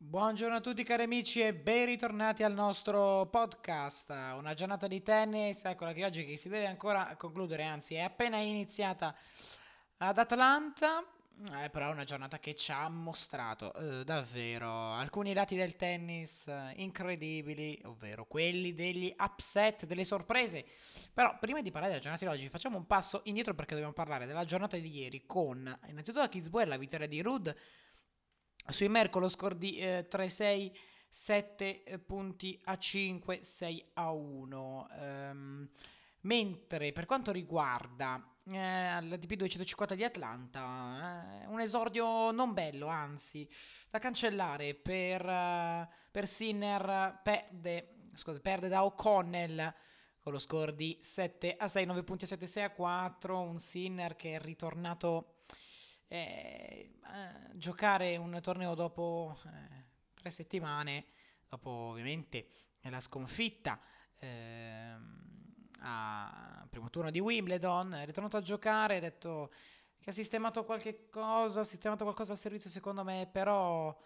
Buongiorno a tutti cari amici e ben ritornati al nostro podcast. Una giornata di tennis, eccola che oggi che si deve ancora concludere, anzi è appena iniziata ad Atlanta, però è una giornata che ci ha mostrato davvero alcuni lati del tennis incredibili, ovvero quelli degli upset, delle sorprese. Però prima di parlare della giornata di oggi facciamo un passo indietro perché dobbiamo parlare della giornata di ieri con innanzitutto la Kitzbühel, la vittoria di Ruud sui Mer con lo score di 3-6, 7 punti a 5, 6 a 1. Mentre per quanto riguarda l'ATP 250 di Atlanta, un esordio non bello, anzi, da cancellare per Sinner, perde da O'Connell con lo score di 7 a 6, 9 punti a 7, 6 a 4, un Sinner che è ritornato a giocare un torneo dopo 3 settimane, dopo ovviamente la sconfitta al primo turno di Wimbledon, è ritornato a giocare, ha detto che ha sistemato qualche cosa, ha sistemato qualcosa al servizio secondo me, però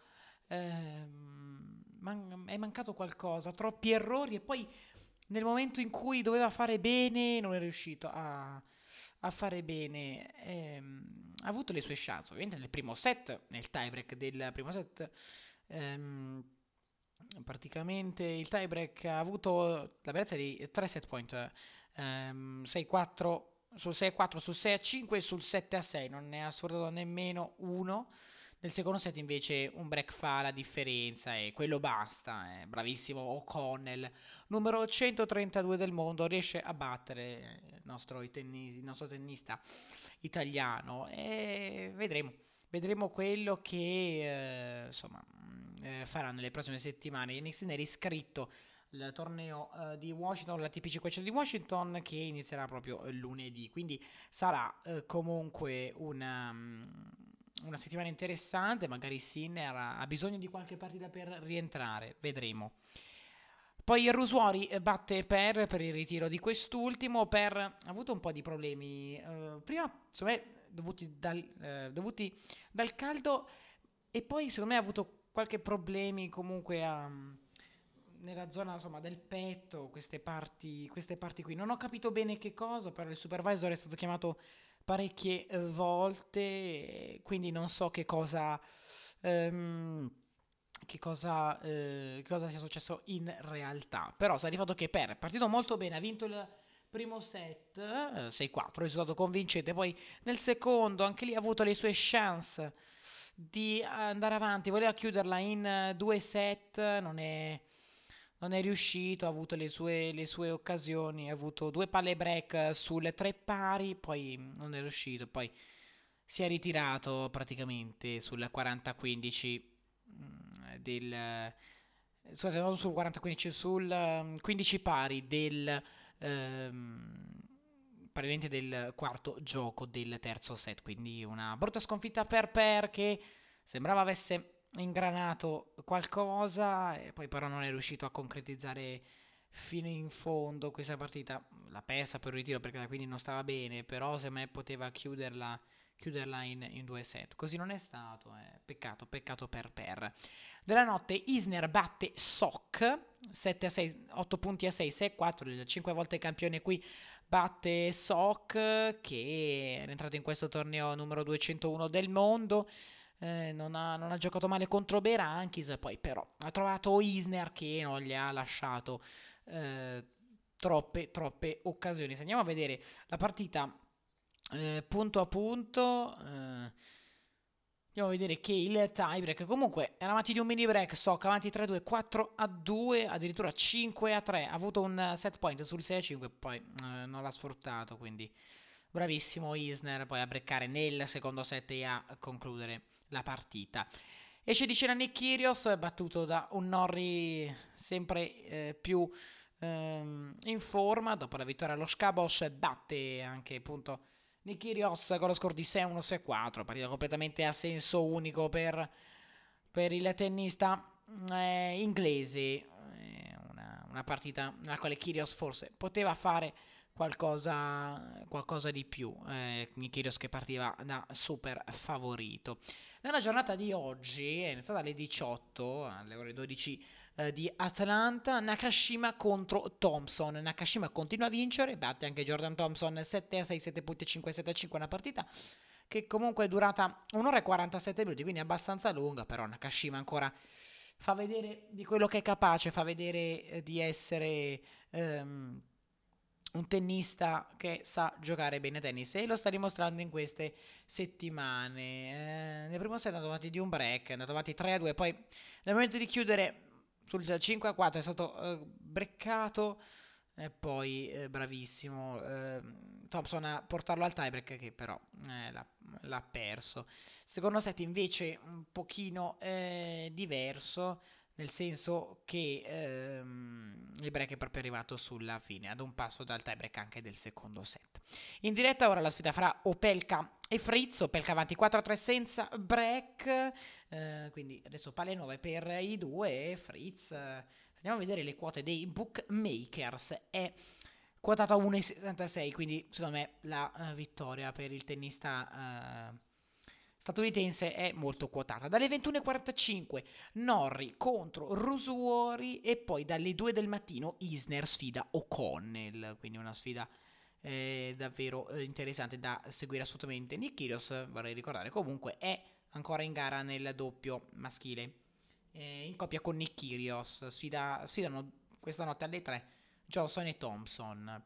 è mancato qualcosa, troppi errori e poi nel momento in cui doveva fare bene non è riuscito a fare bene. Ha avuto le sue chance, ovviamente nel primo set, nel tiebreak del primo set. ehm, Praticamente il tiebreak ha avuto la bellezza di 3 set point, 6-4 sul 6-4, sul 6-5 e sul 7-6, non ne ha sforzato nemmeno uno. Nel secondo set invece un break fa la differenza e quello basta, bravissimo O'Connell, numero 132 del mondo, riesce a battere il nostro tennista italiano e vedremo quello che farà nelle prossime settimane. Yannick Sinner è iscritto al torneo di Washington, la TP 500 di Washington, che inizierà proprio lunedì, quindi sarà comunque una settimana interessante. Magari Sinner ha bisogno di qualche partita per rientrare, vedremo. Poi Rusuori batte per il ritiro di quest'ultimo. Ha avuto un po' di problemi. Prima, secondo me, dovuti dal caldo. E poi, secondo me, ha avuto qualche problemi comunque nella zona insomma, del petto. Queste parti qui. Non ho capito bene che cosa. Però il supervisor è stato chiamato parecchie volte. Quindi non so ehm, che cosa sia successo in realtà. Però sta di fatto che Per è partito molto bene, ha vinto il primo set 6-4, risultato convincente. Poi nel secondo anche lì ha avuto le sue chance di andare avanti, voleva chiuderla in 2 set, non è riuscito, ha avuto le sue occasioni, ha avuto due palle break sulle tre pari, poi non è riuscito, poi si è ritirato praticamente sul 40-15 scusate, non sul 40-15, sul 15 pari ehm, praticamente del quarto gioco del terzo set, quindi una brutta sconfitta per che sembrava avesse ingranato qualcosa e poi però non è riuscito a concretizzare fino in fondo questa partita. L'ha persa per il ritiro perché quindi non stava bene, però se me poteva chiuderla in 2 set. Così non è stato, peccato per. Della notte Isner batte Sock 7 a 6, 8 punti a 6, 6 a 4, il 5 volte campione qui batte Sock che è entrato in questo torneo numero 201 del mondo. Non ha giocato male contro Berankis, poi però ha trovato Isner che non gli ha lasciato eh, troppe occasioni. Se andiamo a vedere la partita punto a punto, andiamo a vedere che il tiebreak comunque era avanti di un mini break. Sock avanti 3-2, 4-2, addirittura 5-3. Ha avuto un set point sul 6-5, poi non l'ha sfruttato, quindi bravissimo Isner poi a breccare nel secondo set e a concludere la partita. Esce di scena Nick Kyrgios, battuto da un Norrie sempre più in forma. Dopo la vittoria allo Scabosch batte anche appunto Nick Kyrgios con lo score di 6-1, 6-4. Partita completamente a senso unico per il tennista inglese. Una partita nella quale Kyrgios forse poteva fare qualcosa di più. Kyrgios che partiva da super favorito. Nella giornata di oggi è iniziata alle 18, alle ore 12 di Atlanta, Nakashima contro Thompson. Nakashima continua a vincere, batte anche Jordan Thompson 7-6, 7.5, 7-5, una partita che comunque è durata 1 ora e 47 minuti, quindi abbastanza lunga, però Nakashima ancora fa vedere di quello che è capace, fa vedere di essere un tennista che sa giocare bene a tennis e lo sta dimostrando in queste settimane. Nel primo set è andato avanti di un break, è andato avanti 3-2, poi nel momento di chiudere sul 5-4 è stato breccato e poi bravissimo Thompson a portarlo al tiebreak che però l'ha perso. Secondo set invece un pochino diverso, nel senso che il break è proprio arrivato sulla fine, ad un passo dal tiebreak anche del secondo set. In diretta ora la sfida fra Opelka e Fritz. Opelka avanti 4-3 senza break, quindi adesso palle 9 per i due e Fritz. Andiamo a vedere le quote dei bookmakers. È quotata a 1,66, quindi secondo me la vittoria per il tennista statunitense è molto quotata. Dalle 21:45 Norrie contro Rusuori e poi dalle 2 del mattino Isner sfida O'Connell, quindi una sfida davvero interessante da seguire assolutamente. Nick Kyrgios, vorrei ricordare, comunque è ancora in gara nel doppio maschile in coppia con Nick Kyrgios. Sfidano questa notte alle 3 Johnson e Thompson.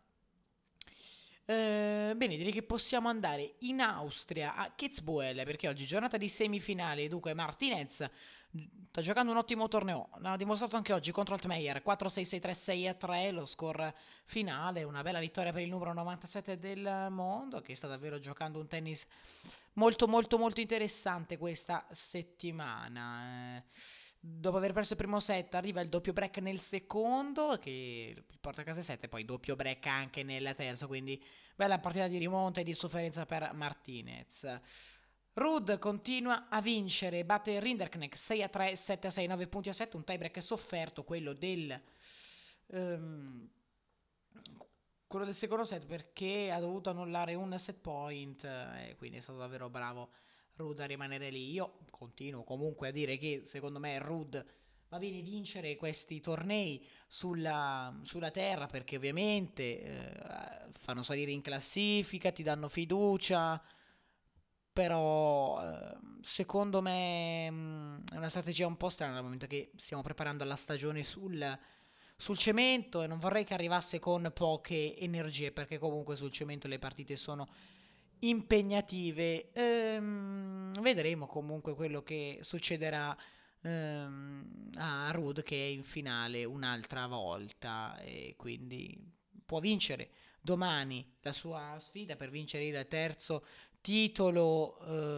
Bene, direi che possiamo andare in Austria a Kitzbühel perché oggi è giornata di semifinale. Dunque, Martinez sta giocando un ottimo torneo. L'ha dimostrato anche oggi contro Altmaier 4-6-6-3-6-3. Lo score finale. Una bella vittoria per il numero 97 del mondo, che sta davvero giocando un tennis molto, molto, molto interessante questa settimana. Dopo aver perso il primo set, arriva il doppio break nel secondo, che porta a casa 7, poi doppio break anche nel terzo. Quindi bella partita di rimonta e di sofferenza per Martinez. Ruud continua a vincere, batte Rinderknecht 6-3, 7-6, 9 punti a 7, un tiebreak sofferto, ehm, quello del secondo set, perché ha dovuto annullare un set point e quindi è stato davvero bravo Ruud a rimanere lì. Io continuo comunque a dire che secondo me Ruud va bene vincere questi tornei sulla terra, perché ovviamente fanno salire in classifica, ti danno fiducia, però secondo me è una strategia un po' strana dal momento che stiamo preparando la stagione sul cemento e non vorrei che arrivasse con poche energie, perché comunque sul cemento le partite sono impegnative. Vedremo comunque quello che succederà a Ruud, che è in finale un'altra volta e quindi può vincere domani la sua sfida per vincere il terzo titolo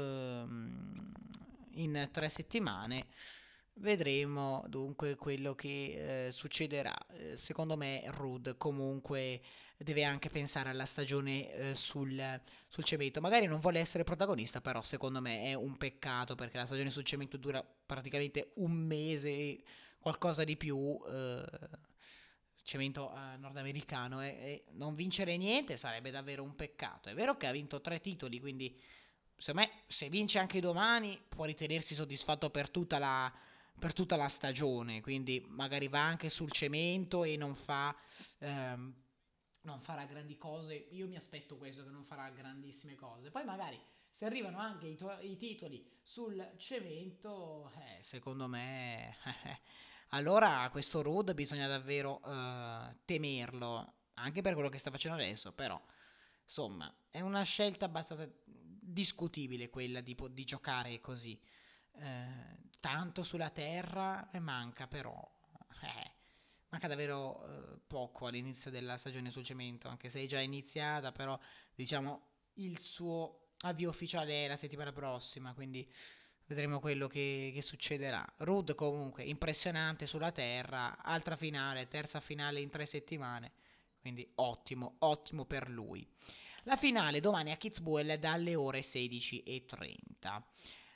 in 3 settimane. Vedremo dunque quello che succederà. Secondo me Ruud comunque deve anche pensare alla stagione sul cemento. Magari non vuole essere protagonista, però secondo me è un peccato, perché la stagione sul cemento dura praticamente un mese, qualcosa di più. Cemento nordamericano e non vincere niente sarebbe davvero un peccato. È vero che ha vinto 3 titoli, quindi secondo me se vince anche domani può ritenersi soddisfatto per tutta la stagione, quindi magari va anche sul cemento e non farà grandi cose. Io mi aspetto questo, che non farà grandissime cose. Poi magari se arrivano anche i titoli sul cemento, secondo me allora questo Ruud bisogna davvero temerlo, anche per quello che sta facendo adesso, però insomma è una scelta abbastanza discutibile quella di giocare così. Tanto sulla terra manca però manca davvero poco all'inizio della stagione sul cemento, anche se è già iniziata, però diciamo il suo avvio ufficiale è la settimana prossima, quindi vedremo quello che succederà. Ruud comunque impressionante sulla terra, altra finale, terza finale in 3 settimane, quindi ottimo, ottimo per lui. La finale domani a Kitzbühel dalle ore 16:30.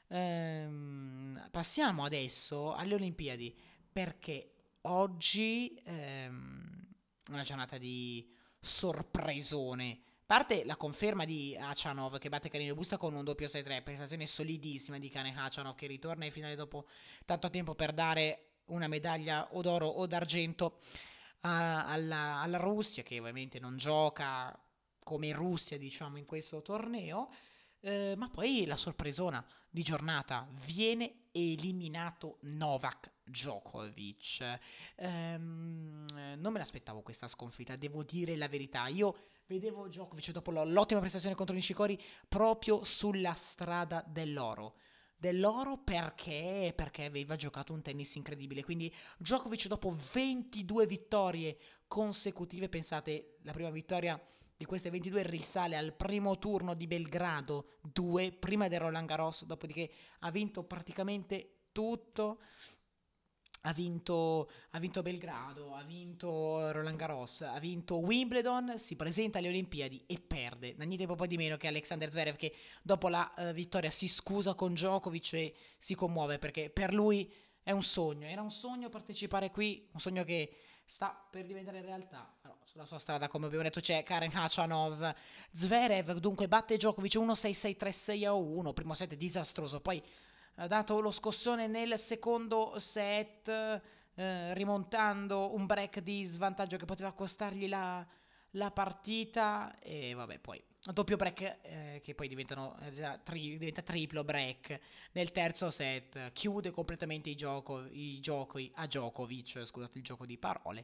Passiamo adesso alle Olimpiadi, perché oggi è una giornata di sorpresone. A parte la conferma di Achanov che batte Carino Busta con un doppio 6-3, prestazione solidissima di Kane Achanov che ritorna in finale dopo tanto tempo per dare una medaglia o d'oro o d'argento alla Russia, che ovviamente non gioca come Russia, diciamo, in questo torneo. Ma poi la sorpresona di giornata: viene eliminato Novak Djokovic. Non me l'aspettavo questa sconfitta, devo dire la verità. Io vedevo Djokovic dopo l'ottima prestazione contro Nishikori proprio sulla strada dell'oro perché aveva giocato un tennis incredibile. Quindi Djokovic dopo 22 vittorie consecutive, pensate, la prima vittoria di queste 22 risale al primo turno di Belgrado 2, prima del Roland Garros, dopodiché ha vinto praticamente tutto. Ha vinto Belgrado, ha vinto Roland Garros, ha vinto Wimbledon, si presenta alle Olimpiadi e perde. Da niente po' di meno che Alexander Zverev, che dopo la vittoria si scusa con Djokovic e si commuove perché per lui è un sogno. Era un sogno partecipare qui, un sogno che sta per diventare realtà. Allora, sulla sua strada, come abbiamo detto, c'è Karen Khachanov. Zverev dunque batte Djokovic 1-6-6-3-6-1. Primo set disastroso, poi ha dato lo scossone nel secondo set, rimontando un break di svantaggio che poteva costargli la partita. E vabbè, poi doppio break che poi diventa triplo break nel terzo set. Chiude completamente i giochi a Djokovic, scusate il gioco di parole.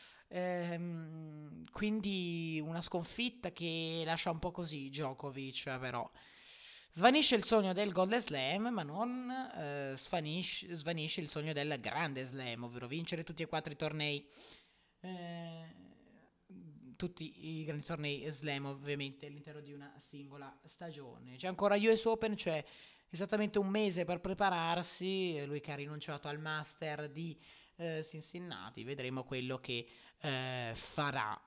Quindi una sconfitta che lascia un po' così Djokovic, però svanisce il sogno del Golden Slam, ma non svanisce il sogno del Grande Slam, ovvero vincere tutti e quattro i tornei. eh, Tutti i grandi tornei Slam, ovviamente, all'interno di una singola stagione. C'è ancora US Open, c'è esattamente un mese per prepararsi. Lui che ha rinunciato al Master di Cincinnati, vedremo quello che farà.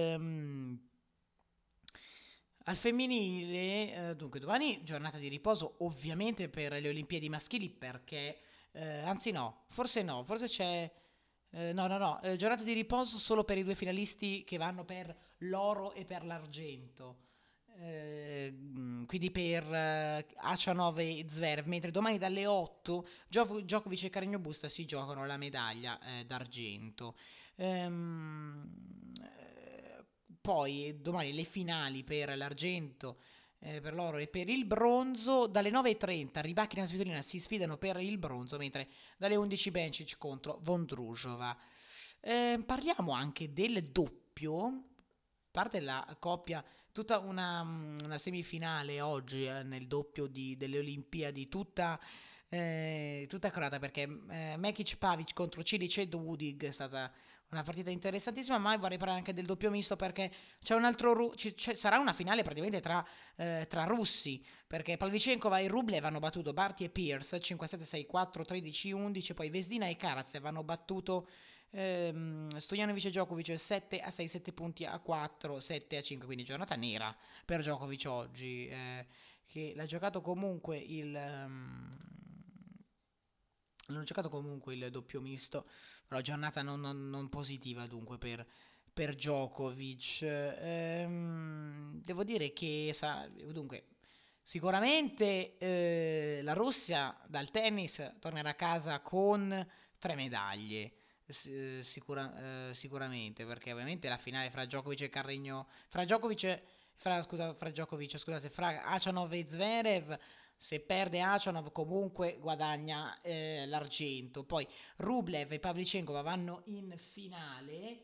Al femminile, dunque domani giornata di riposo ovviamente per le Olimpiadi maschili perché, anzi no, forse c'è, no, giornata di riposo solo per i due finalisti che vanno per l'oro e per l'argento. Quindi per Achanov e Zverev, mentre domani dalle 8 Djokovic e Carreño Busta si giocano la medaglia d'argento. Poi domani le finali per l'argento, per l'oro e per il bronzo. Dalle 9:30 Rybakina e Svitolina si sfidano per il bronzo, mentre dalle 11 Bencic contro Vondrousova. Parliamo anche del doppio. A parte la coppia, tutta una semifinale oggi nel doppio delle Olimpiadi, tutta croata perché Mekic Pavic contro Cilic e Dudig è stata una partita interessantissima, ma vorrei parlare anche del doppio misto perché c'è un altro sarà una finale praticamente tra russi, perché Pavlyuchenkova e Rublev hanno battuto Barty e Pierce 5-7-6-4, 13-11, poi Vesdina e Karatsev hanno battuto Stojanovic e Djokovic 7-6, 7 punti a 4, 7-5, quindi giornata nera per Djokovic oggi, che l'ha giocato comunque hanno giocato comunque il doppio misto, però giornata non positiva dunque per Djokovic. Devo dire che dunque, sicuramente la Russia dal tennis tornerà a casa con 3 medaglie. Sicuramente, perché ovviamente la finale fra Djokovic e Carregno, fra Djokovic, scusate, fra Achanov e Zverev, se perde Achanov comunque guadagna l'argento. Poi Rublev e Pavlyuchenkova vanno in finale.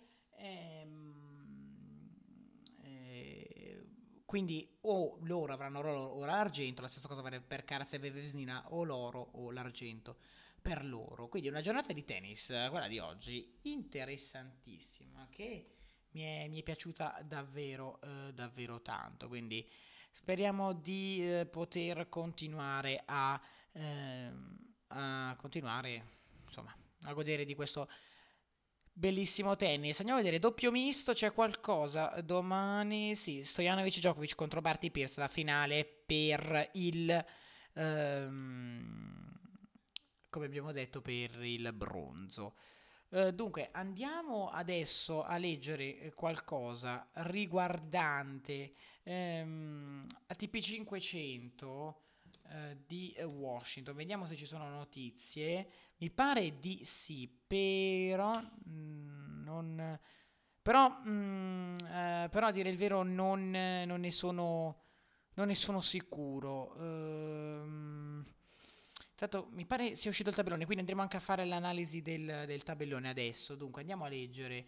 Quindi o loro avranno l'oro o l'argento, la stessa cosa vale per Karatsev e Vesnina, o l'oro o l'argento per loro. Quindi una giornata di tennis, quella di oggi, interessantissima, che mi è piaciuta davvero, davvero tanto. Quindi speriamo di poter continuare a continuare, insomma, a godere di questo bellissimo tennis. Andiamo a vedere, doppio misto, c'è qualcosa domani? Sì, Stojanovic Djokovic contro Barty Pierce, la finale per ehm, come abbiamo detto, per il bronzo. Dunque, andiamo adesso a leggere qualcosa riguardante ATP 500 di Washington. Vediamo se ci sono notizie. Mi pare di sì, però non. Però a dire il vero non ne sono sicuro. Tanto mi pare sia uscito il tabellone, quindi andremo anche a fare l'analisi del tabellone adesso. Dunque, andiamo a leggere.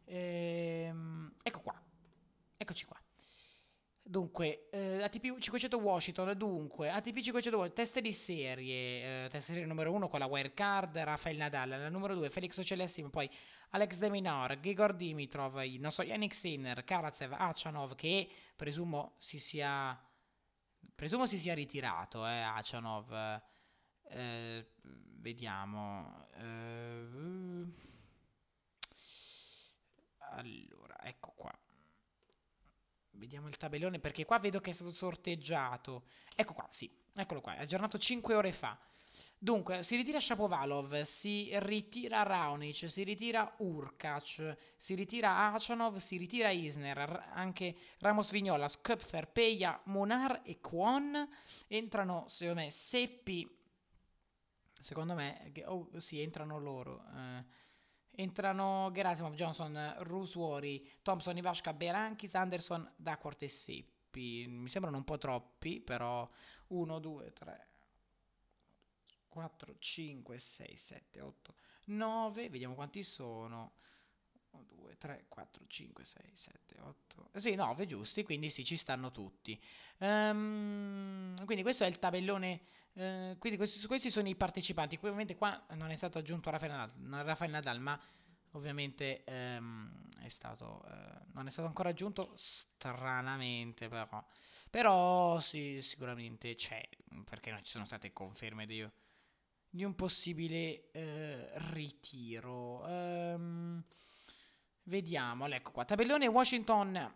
Ecco qua. Eccoci qua. Dunque, ATP 500 Washington, dunque, ATP 500 Washington, test di serie numero 1 con la wild Rafael Nadal, la numero 2 Felix Ocelestimo, poi Alex De Minaur, Grigor Dimitrov, non so, Yannick Sinner, Karatsev, Achanov, che presumo si sia ritirato, Achanov, vediamo, allora, ecco qua. Vediamo il tabellone perché qua vedo che è stato sorteggiato. Ecco qua, sì, eccolo qua, è aggiornato 5 ore fa. Dunque, si ritira Shapovalov, si ritira Raonic, si ritira Urkac, si ritira Achanov, si ritira Isner, anche Ramos Vignola, Köpfer, Peja, Monar e Kwon. Entrano, secondo me, Seppi. Secondo me, sì, entrano loro. Entrano Gerasimov, Johnson, Rusuori, Thompson, Ivashka, Berankis, Anderson, Duckworth e Seppi. Mi sembrano un po' troppi, però 1, 2, 3, 4, 5, 6, 7, 8, 9. Vediamo quanti sono. 1, 2, 3, 4, 5, 6, 7, 8. Sì, 9 giusti, quindi sì, ci stanno tutti. Quindi questo è il tabellone. Quindi questi sono i partecipanti. Ovviamente qua non è stato aggiunto Rafael Nadal, ma ovviamente non è stato ancora aggiunto stranamente però. Però sì, sicuramente c'è, perché non ci sono state conferme di un possibile ritiro. Vediamo, ecco qua. Tabellone Washington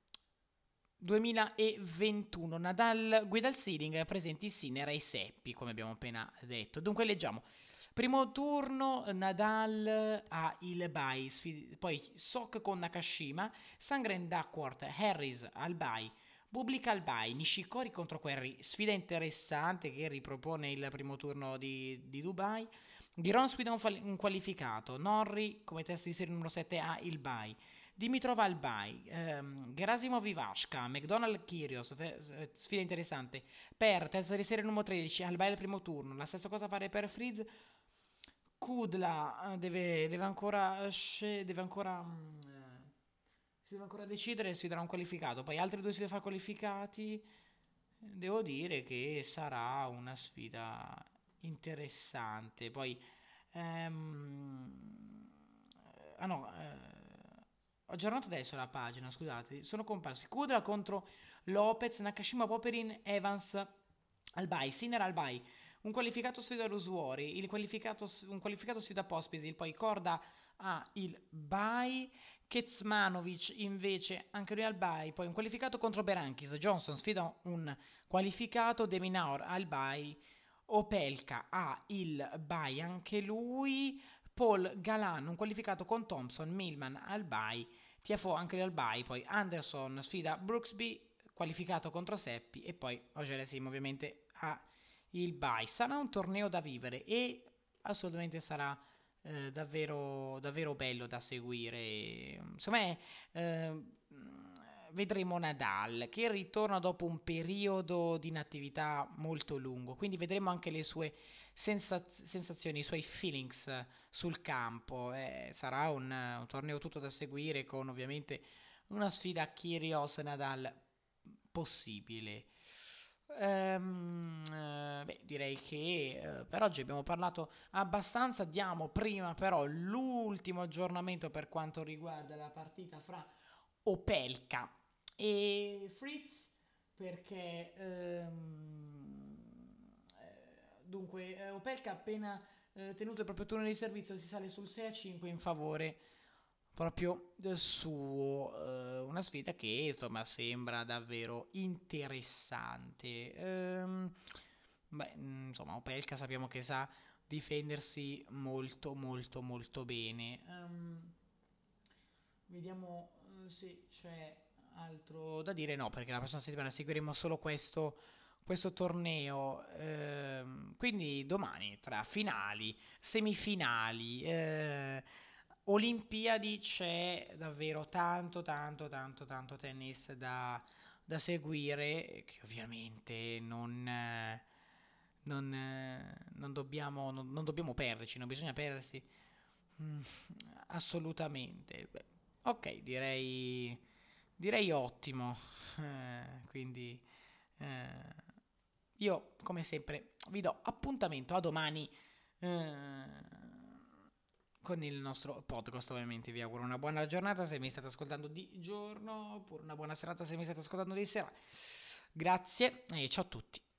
2021. Nadal guida il seeding, presenti Sinner e Seppi, come abbiamo appena detto. Dunque leggiamo. Primo turno Nadal ha il bye, poi Sok con Nakashima, Sangren Duckworth, Harris al bye, Bublik al bye, Nishikori contro Querry, sfida interessante che ripropone il primo turno di Dubai. Giron sfida un qualificato, Norri come test di serie numero 7 ha il bye. Dimitrov al bye, Gerasimov Ivashka, McDonald Kyrgios, sfida interessante. Per terza di serie numero 13 al bye al primo turno, la stessa cosa vale per Fritz. Kudla deve ancora si deve ancora decidere se darà un qualificato. Poi altri due si deve fare qualificati. Devo dire che sarà una sfida interessante. Poi ah no, ho aggiornato adesso la pagina, scusate. Sono comparsi Kudla contro Lopez, Nakashima, Popperin, Evans al bye, Sinner al bye. Un qualificato sfida Rusuori, un qualificato sfida Pospisil, poi Corda ha il bye, Kecmanovic invece anche lui al bye, poi un qualificato contro Berankis, Johnson sfida un qualificato, De Minaur al bye, Opelka ha il bye anche lui, Paul Galan un qualificato con Thompson, Millman al bye, Tiafoe anche lui al bye, poi Anderson sfida Brooksby, qualificato contro Seppi e poi Ogeresim ovviamente ha il bye. Sarà un torneo da vivere e assolutamente sarà davvero, davvero bello da seguire. Secondo me vedremo Nadal che ritorna dopo un periodo di inattività molto lungo, quindi vedremo anche le sue sensazioni, i suoi feelings sul campo. Sarà un torneo tutto da seguire con ovviamente una sfida Kyrgios-Nadal possibile. Beh, direi che per oggi abbiamo parlato abbastanza. Diamo prima però l'ultimo aggiornamento per quanto riguarda la partita fra Opelka e Fritz, perché dunque Opelka ha appena tenuto il proprio turno di servizio, si sale sul 6-5 in favore proprio del suo, una sfida che insomma sembra davvero interessante. Beh, insomma, Opelka sappiamo che sa difendersi molto molto molto bene. Vediamo se c'è altro da dire. No, perché la prossima settimana seguiremo solo questo torneo. Quindi domani tra finali, semifinali, Olimpiadi c'è davvero tanto tanto tanto tanto tennis da seguire, che ovviamente non dobbiamo perderci, non bisogna perdersi. Mm, assolutamente. Beh, ok, direi ottimo. Quindi eh, io, come sempre, vi do appuntamento a domani con il nostro podcast. Ovviamente vi auguro una buona giornata se mi state ascoltando di giorno, oppure una buona serata se mi state ascoltando di sera. Grazie e ciao a tutti.